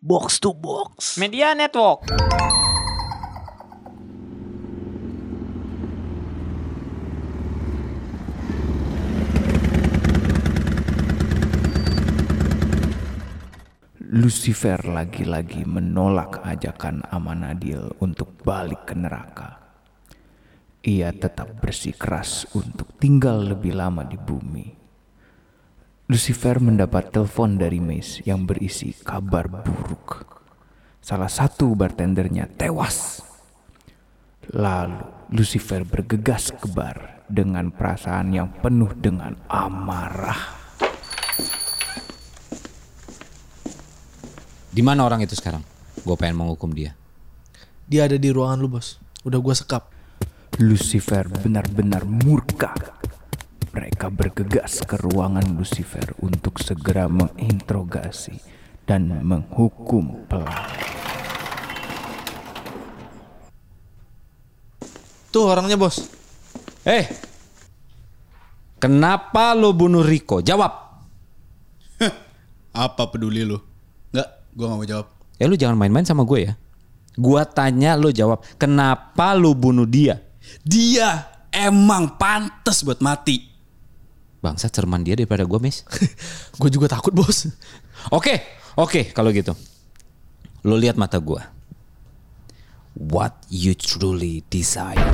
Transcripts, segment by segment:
Box to Box Media Network. Lucifer lagi-lagi menolak ajakan Amanadil untuk balik ke neraka. Ia tetap bersikeras untuk tinggal lebih lama di bumi. Lucifer mendapat telepon dari Mace yang berisi kabar buruk. Salah satu bartendernya tewas. Lalu Lucifer bergegas ke bar dengan perasaan yang penuh dengan amarah. Di mana orang itu sekarang? Gue pengen menghukum dia. Dia ada di ruangan lu, bos. Udah gue sekap. Lucifer benar-benar murka. Mereka bergegas ke ruangan Lucifer untuk segera menginterogasi dan menghukum pelaku. Tuh orangnya, bos. Kenapa lo bunuh Rico? Jawab. Apa peduli lu? Enggak, gue gak mau jawab. Lu jangan main-main sama gue ya. Gue tanya lo jawab. Kenapa lo bunuh dia? Dia emang pantas buat mati. Bangsa cerman dia daripada gue, Mes. Gue juga takut, bos. Oke, kalau gitu. Lo lihat mata gue. What you truly desire.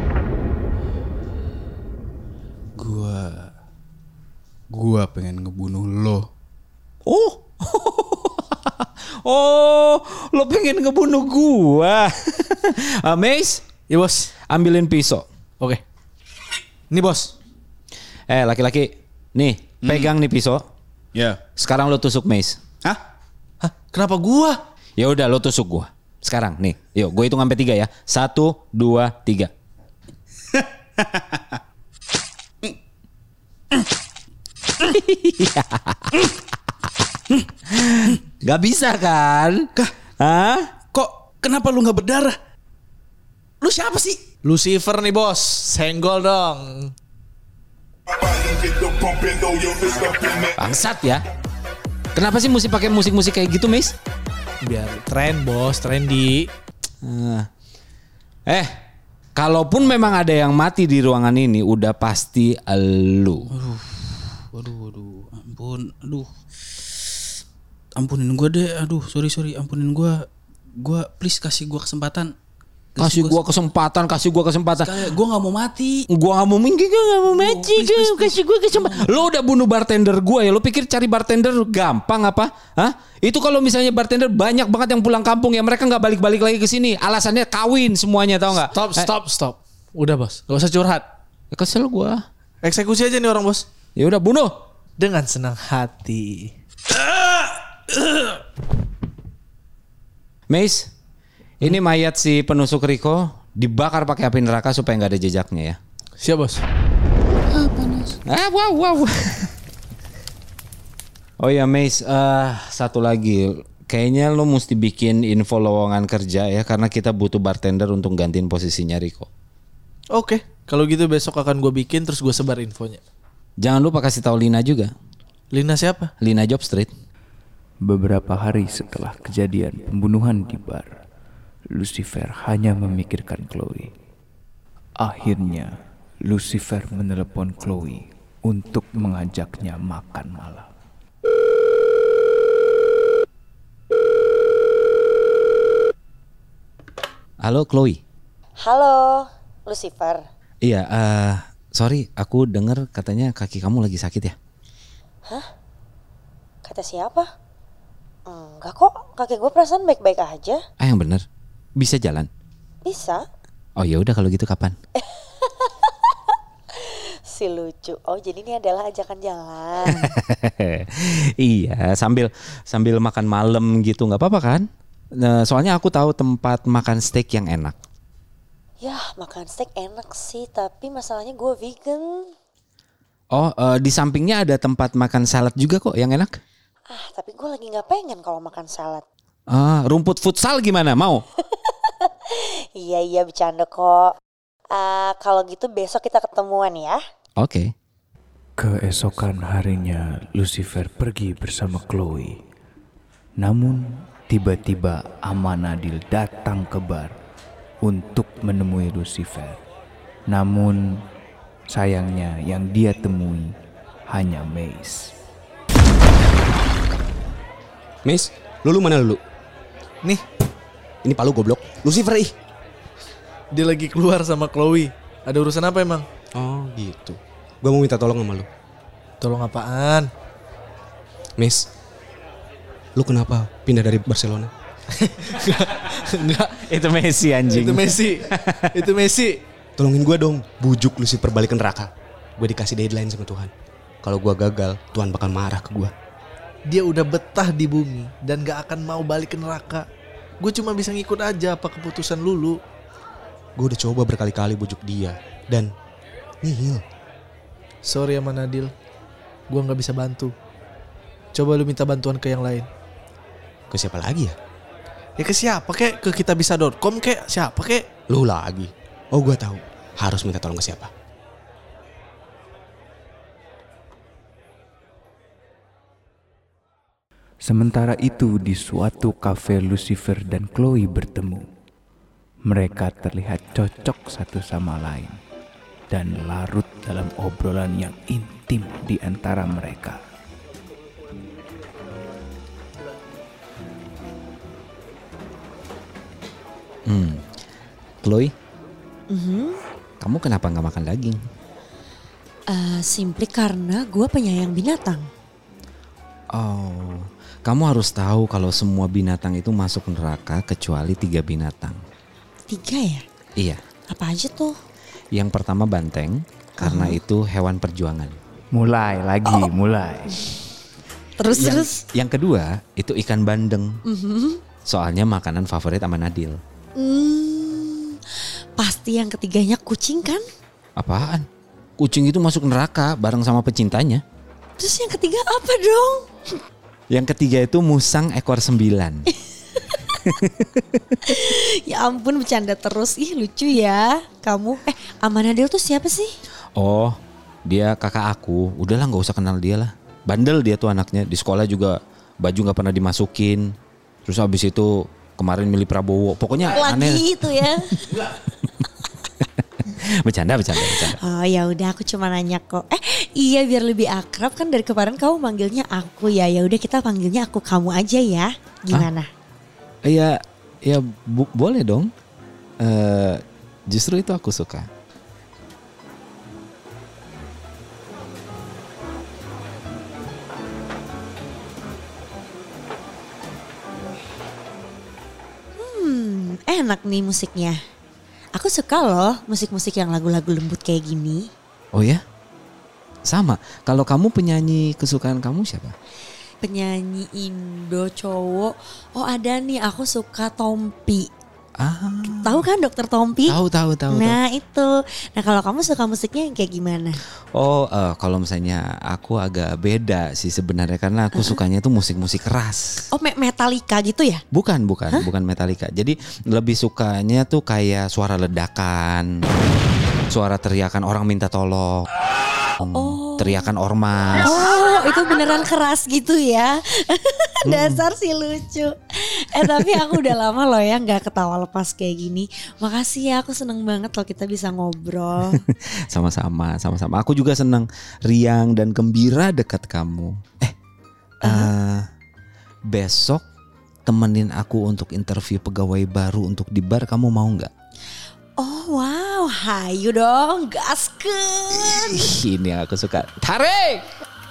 Gue pengen ngebunuh lo. Lo pengen ngebunuh gua. Mace, Ya, bos. ambilin pisau. Oke. Ini, bos. Laki-laki, nih pegang nih pisau. Ya. Sekarang lo tusuk Mace. Hah? Hah? Kenapa gua? Ya udah lo tusuk gua. Sekarang nih, yuk gue hitung sampai 3 ya. 1, 2, 3. Gak bisa kan? Hah? Kok kenapa lu gak berdarah? Lu siapa sih? Lucifer nih, bos. Senggol dong. Bangsat ya. Kenapa sih mesti pakai musik-musik kayak gitu, Miss? Biar tren, bos. Trendy. Kalaupun memang ada yang mati di ruangan ini, udah pasti elu. Waduh, ampun, ampunin gue deh, sorry, ampunin gue, please kasih gue kesempatan. Kasih gua kesempatan. Kayak gue nggak mau mati. Gua nggak mau mati. Please. Kasih gua kesempatan. Lo udah bunuh bartender gua ya. Lo pikir cari bartender gampang apa? Hah? Itu kalau misalnya bartender banyak banget yang pulang kampung ya, mereka nggak balik-balik lagi ke sini. Alasannya kawin semuanya, tau nggak? Stop. Udah, bos. Gak usah curhat. Kesel gua. Eksekusi aja nih orang, bos. Ya udah bunuh. Dengan senang hati. Mace, ini mayat si penusuk Rico dibakar pakai api neraka supaya nggak ada jejaknya ya. Siap, bos. Panas. Wow. Oh ya, Mace, satu lagi. Kayaknya lo mesti bikin info lowongan kerja ya, karena kita butuh bartender untuk gantiin posisinya Rico. Oke. Kalau gitu besok akan gue bikin terus gue sebar infonya. Jangan lupa kasih tahu Lina juga. Lina siapa? Lina Job Street. Beberapa hari setelah kejadian pembunuhan di bar, Lucifer hanya memikirkan Chloe. Akhirnya, Lucifer menelepon Chloe untuk mengajaknya makan malam. Halo Chloe. Halo, Lucifer. Iya, sorry, aku dengar katanya kaki kamu lagi sakit ya. Hah? Kata siapa? Enggak kok, kaki gue perasaan baik-baik aja. Yang bener, bisa jalan? Bisa. Oh ya udah kalau gitu kapan? Si lucu. Oh jadi ini adalah ajakan jalan. Iya, sambil makan malam gitu, nggak apa-apa kan? Nah, soalnya aku tahu tempat makan steak yang enak. Yah, makan steak enak sih, tapi masalahnya gue vegan. Oh, di sampingnya ada tempat makan salad juga kok yang enak. Tapi gue lagi nggak pengen kalau makan salad. Rumput futsal gimana? Mau? Iya bercanda kok. Kalau gitu besok kita ketemuan ya. Oke. Keesokan harinya, Lucifer pergi bersama Chloe. Namun, Tiba-tiba Amanadil datang ke bar untuk menemui Lucifer. Namun sayangnya yang dia temui hanya Mace. Mace, lu mana lu? Nih, Ini palu goblok. Lucifer ih. dia lagi keluar sama Chloe. Ada urusan apa emang? Oh gitu. Gua mau minta tolong sama lu. Tolong apaan? Mace, lu kenapa pindah dari Barcelona? Enggak, Itu Messi anjing. itu Messi. Itu Messi. Tolongin gua dong. Bujuk Lucifer balik ke neraka. Gue dikasih deadline sama Tuhan. Kalau gua gagal, Tuhan bakal marah ke gua. Dia udah betah di bumi dan gak akan mau balik ke neraka. Gue cuma bisa ngikut aja apa keputusan Lulu. Gue udah coba berkali-kali bujuk dia dan nihil. Sorry ya Manadil, gue gak bisa bantu. Coba lu minta bantuan ke yang lain. Ke siapa lagi ya? Ya ke siapa kek? Ke kitabisa.com kek? Siapa kek? Lu lagi. Oh gue tahu. Harus minta tolong ke siapa? Sementara itu di suatu kafe Lucifer dan Chloe bertemu. Mereka terlihat cocok satu sama lain dan larut dalam obrolan yang intim di antara mereka. Chloe, kamu kenapa nggak makan daging? Simply karena gue penyayang binatang. Oh, kamu harus tahu kalau semua binatang itu masuk neraka kecuali 3 binatang. 3 ya? Iya, Apa aja tuh? yang pertama banteng karena itu hewan perjuangan. Mulai lagi, mulai. Terus. Yang kedua itu ikan bandeng. Soalnya makanan favorit Amanadil. Pasti yang ketiganya kucing kan? Apaan? Kucing itu masuk neraka bareng sama pecintanya. Terus yang ketiga apa dong? Yang ketiga itu musang ekor 9. Ya ampun bercanda terus. Ih lucu ya kamu. Amanadil tuh siapa sih? Oh, dia kakak aku. Udahlah nggak usah kenal dia lah. Bandel dia tuh anaknya. Di sekolah juga baju nggak pernah dimasukin. Terus habis itu kemarin milih Prabowo. Pokoknya aneh. Lagi itu ya. Bercanda. Oh ya udah aku cuma nanya kok. Iya biar lebih akrab kan dari kemarin kamu manggilnya aku ya. Ya udah kita panggilnya aku kamu aja ya. Gimana? Ya boleh dong. Justru itu aku suka. Enak nih musiknya. Aku suka loh musik-musik yang lagu-lagu lembut kayak gini. Oh ya? Sama. Kalau kamu penyanyi kesukaan kamu siapa? Penyanyi Indo cowok. Oh ada nih aku suka Tompi. Tahu kan Dokter Tompi? Tahu. Nah itu. Nah kalau kamu suka musiknya yang kayak gimana? Oh, kalau misalnya aku agak beda sih sebenarnya karena aku sukanya tuh musik-musik keras. Oh Metallica gitu ya? Bukan Metallica. Jadi lebih sukanya tuh kayak suara ledakan, suara teriakan orang minta tolong, teriakan ormas. Oh itu beneran keras gitu ya. Dasar sih lucu. Tapi aku udah lama loh ya gak ketawa lepas kayak gini. Makasih ya aku seneng banget loh kita bisa ngobrol. Sama-sama. Aku juga senang riang dan gembira dekat kamu. Besok temenin aku untuk interview pegawai baru untuk di bar, kamu mau nggak? Oh wow, hayu dong, gaskeun. Ini yang aku suka. Tarik!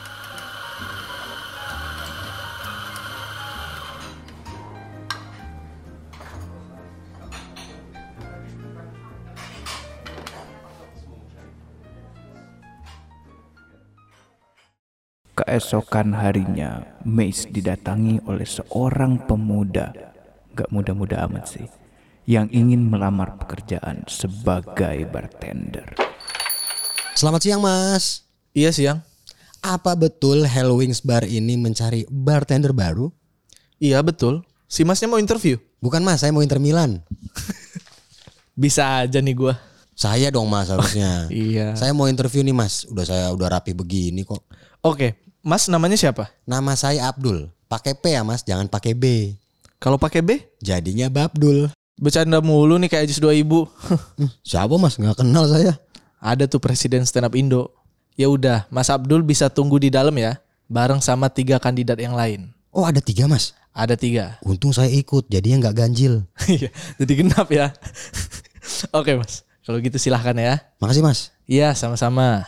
Keesokan harinya, Mace didatangi oleh seorang pemuda, gak muda-muda amat sih, yang ingin melamar pekerjaan sebagai bartender. Selamat siang mas. Iya siang. Apa betul Hellwings Bar ini mencari bartender baru? Iya betul. Si masnya mau interview? Bukan mas, saya mau Inter Milan. Bisa aja nih gue. Saya dong mas harusnya. Iya. Saya mau interview nih mas. Saya udah rapi begini kok. Oke, mas namanya siapa? Nama saya Abdul. Pakai P ya mas, jangan pakai B. Kalau pakai B, Jadinya Babdul. bercanda mulu nih kayak Jus 2000. Siapa mas? Nggak kenal saya. Ada tuh presiden stand up Indo. Ya udah, Mas Abdul bisa tunggu di dalam ya, bareng sama 3 kandidat yang lain. Oh ada 3 mas. Ada 3. Untung saya ikut, jadinya nggak ganjil. Iya, jadi genap ya. Oke Mas, kalau gitu silahkan ya. Makasih mas. Iya, sama-sama.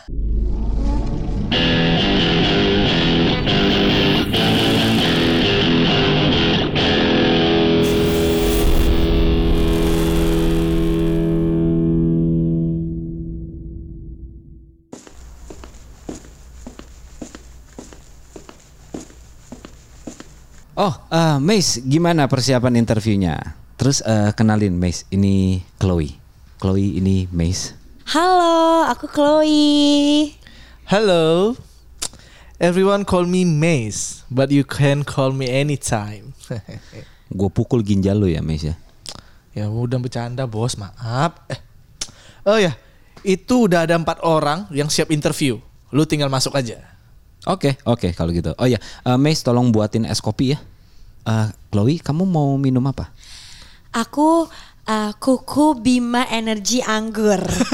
Oh, Mace, gimana persiapan interviewnya? Terus kenalin Mace, ini Chloe. Chloe ini Mace. Halo, aku Chloe. Hello. Everyone call me Mace, but you can call me anytime. Gue pukul ginjal lu ya Mace ya. Ya udah bercanda bos, maaf. Oh ya, itu udah ada 4 orang yang siap interview. Lu tinggal masuk aja. Oke kalau gitu. Oh ya, Mace tolong buatin es kopi ya. Chloe, kamu mau minum apa? Aku Kuku Bima Energi Anggur.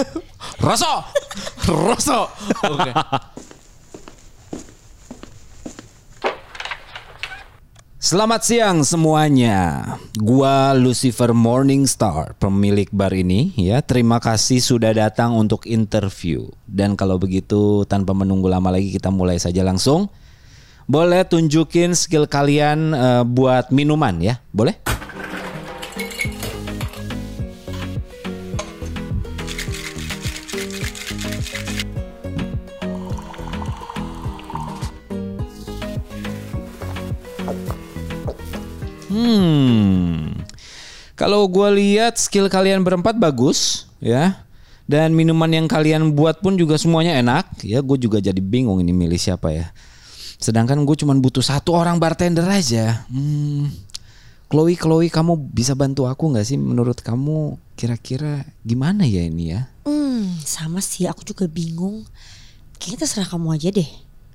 Rosso. Oke. Selamat siang semuanya. Gua Lucifer Morningstar, pemilik bar ini ya. Terima kasih sudah datang untuk interview. Dan kalau begitu tanpa menunggu lama lagi kita mulai saja langsung. Boleh tunjukin skill kalian buat minuman ya? Boleh? Kalau gue lihat skill kalian berempat bagus ya. Dan minuman yang kalian buat pun juga semuanya enak. Ya gue juga jadi bingung ini milih siapa ya. Sedangkan gue cuma butuh 1 orang bartender aja. Chloe, kamu bisa bantu aku gak sih? Menurut kamu kira-kira gimana ya ini ya? Sama sih, aku juga bingung. Kayaknya terserah kamu aja deh.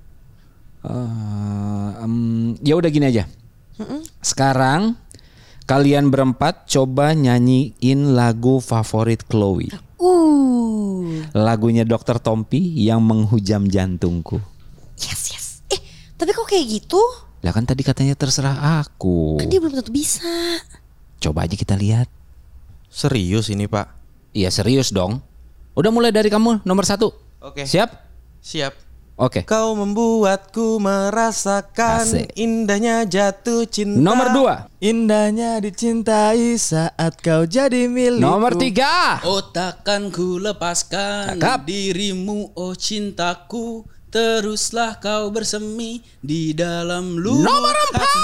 Ya udah gini aja. Sekarang kalian berempat coba nyanyiin lagu favorit Chloe. Lagunya Dr. Tompi yang menghujam jantungku. Yes. Tapi kok kayak gitu? Lah kan tadi katanya terserah aku. Kan dia belum tentu bisa. Coba aja kita lihat. Serius ini pak? Iya serius dong. Udah mulai dari kamu nomor 1. Oke. Siap? Siap. Oke. Kau membuatku merasakan Asik. indahnya jatuh cinta. Nomor 2. Indahnya dicintai saat kau jadi milikku. Nomor 3. Oh takkan ku lepaskan Cakep. dirimu oh cintaku. Teruslah kau bersemi di dalam lubuk Nomor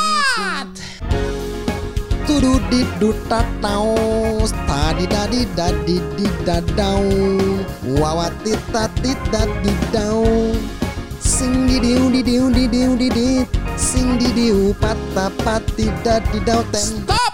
4. Tududidu tatau, tadi dadi dadi didadau, wawati tati dadi dau, sing didiu didiu didiu didit, sing didiu patapati dadi dau tem. Stop.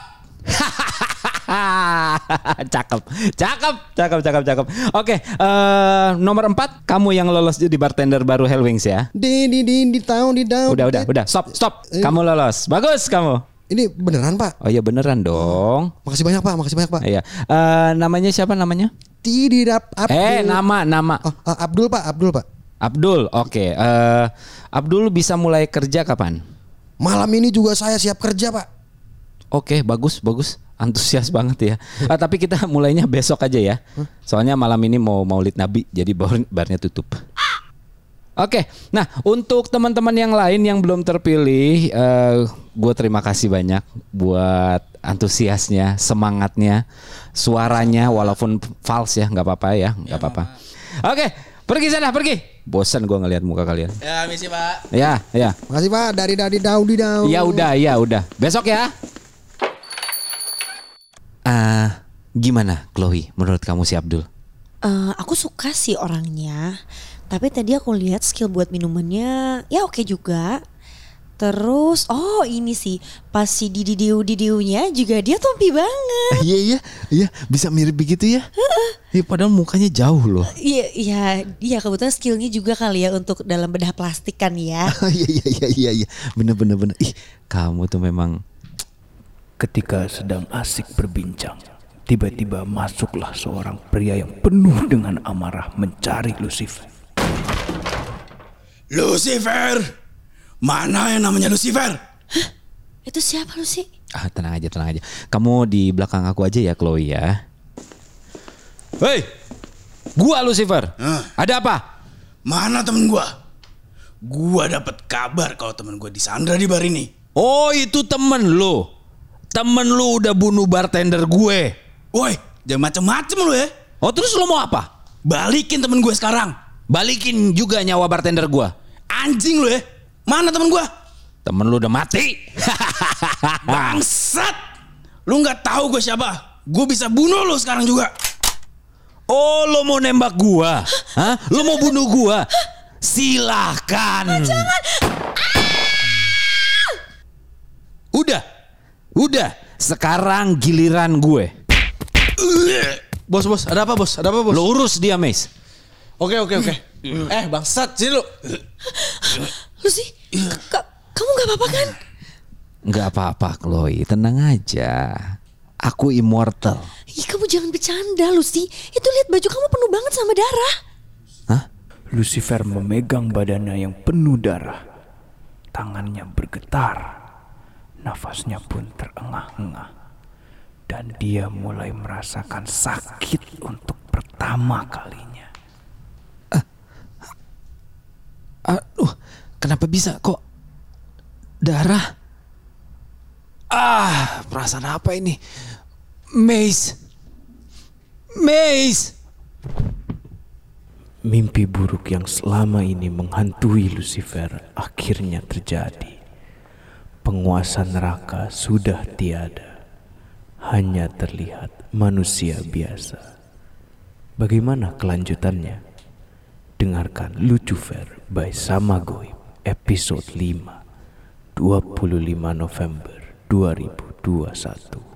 Cakep. Oke, nomor 4 kamu yang lolos jadi bartender baru Hellwings ya. Di tau di dau. Udah. Stop. Kamu lolos. Bagus kamu. Ini beneran pak? Oh iya beneran dong. Makasih banyak pak. Iya. Namanya siapa namanya? Tididap Abdul. Nama. Oh, Abdul pak. Abdul. Oke. Abdul bisa mulai kerja kapan? Malam ini juga saya siap kerja pak. Oke, bagus. Antusias banget ya. Tapi kita mulainya besok aja ya. Soalnya malam ini mau Maulid Nabi, jadi barnya tutup. Oke, nah untuk teman-teman yang lain yang belum terpilih, gue terima kasih banyak buat antusiasnya, semangatnya, suaranya walaupun false ya, nggak apa-apa ya, nggak apa-apa. Oke, pergi sana, pergi. Bosan gue ngelihat muka kalian. Ya misi pak. Ya. Makasih pak. Dari dau di dau. Ya udah. Besok ya. Gimana Chloe menurut kamu si Abdul? Aku suka sih orangnya. Tapi tadi aku lihat skill buat minumannya ya oke juga. Terus ini sih pas si didiunya juga dia Tompi banget. Iya bisa mirip begitu ya. Iya padahal mukanya jauh loh. Iya kebetulan skillnya juga kali ya untuk dalam bedah plastik kan ya. Iya bener. Ih kamu tuh memang Ketika sedang asik berbincang, tiba-tiba masuklah seorang pria yang penuh dengan amarah mencari Lucifer. Lucifer! Mana yang namanya Lucifer? Hah? Itu siapa lu sih? Tenang aja. Kamu di belakang aku aja ya, Chloe ya. Hei, gua Lucifer. Ada apa? Mana temen gua? Gua dapat kabar kalau temen gua disandra di bar ini. Oh, itu temen lu. Temen lu udah bunuh bartender gue. Woi, jangan macem-macem lu ya. Oh, terus lu mau apa? Balikin temen gue sekarang. Balikin juga nyawa bartender gue. Anjing lu ya. Mana temen gue? Temen lu udah mati. Bangsat. Lu gak tahu gue siapa. Gue bisa bunuh lu sekarang juga. Oh, lu mau nembak gua? Hah? Lu mau bunuh gua? Silahkan. Jangan. Udah. Sekarang giliran gue. Bos, ada apa bos? Lu urus dia, Mace. Oke. Bangsat sini lu. Lucy, kamu gak apa-apa kan? Gak apa-apa, Chloe. Tenang aja. Aku immortal. Ih, kamu jangan bercanda, Lucy. Itu lihat baju kamu penuh banget sama darah. Hah? Lucifer memegang badannya yang penuh darah. Tangannya bergetar. Nafasnya pun terengah-engah. Dan dia mulai merasakan sakit untuk pertama kalinya. Aduh, kenapa bisa kok darah? Perasaan apa ini? Mace. Mimpi buruk yang selama ini menghantui Lucifer akhirnya terjadi. Penguasa neraka sudah tiada. Hanya terlihat manusia biasa. Bagaimana kelanjutannya? Dengarkan Lucifer by Samagoib episode 5 25 November 2021.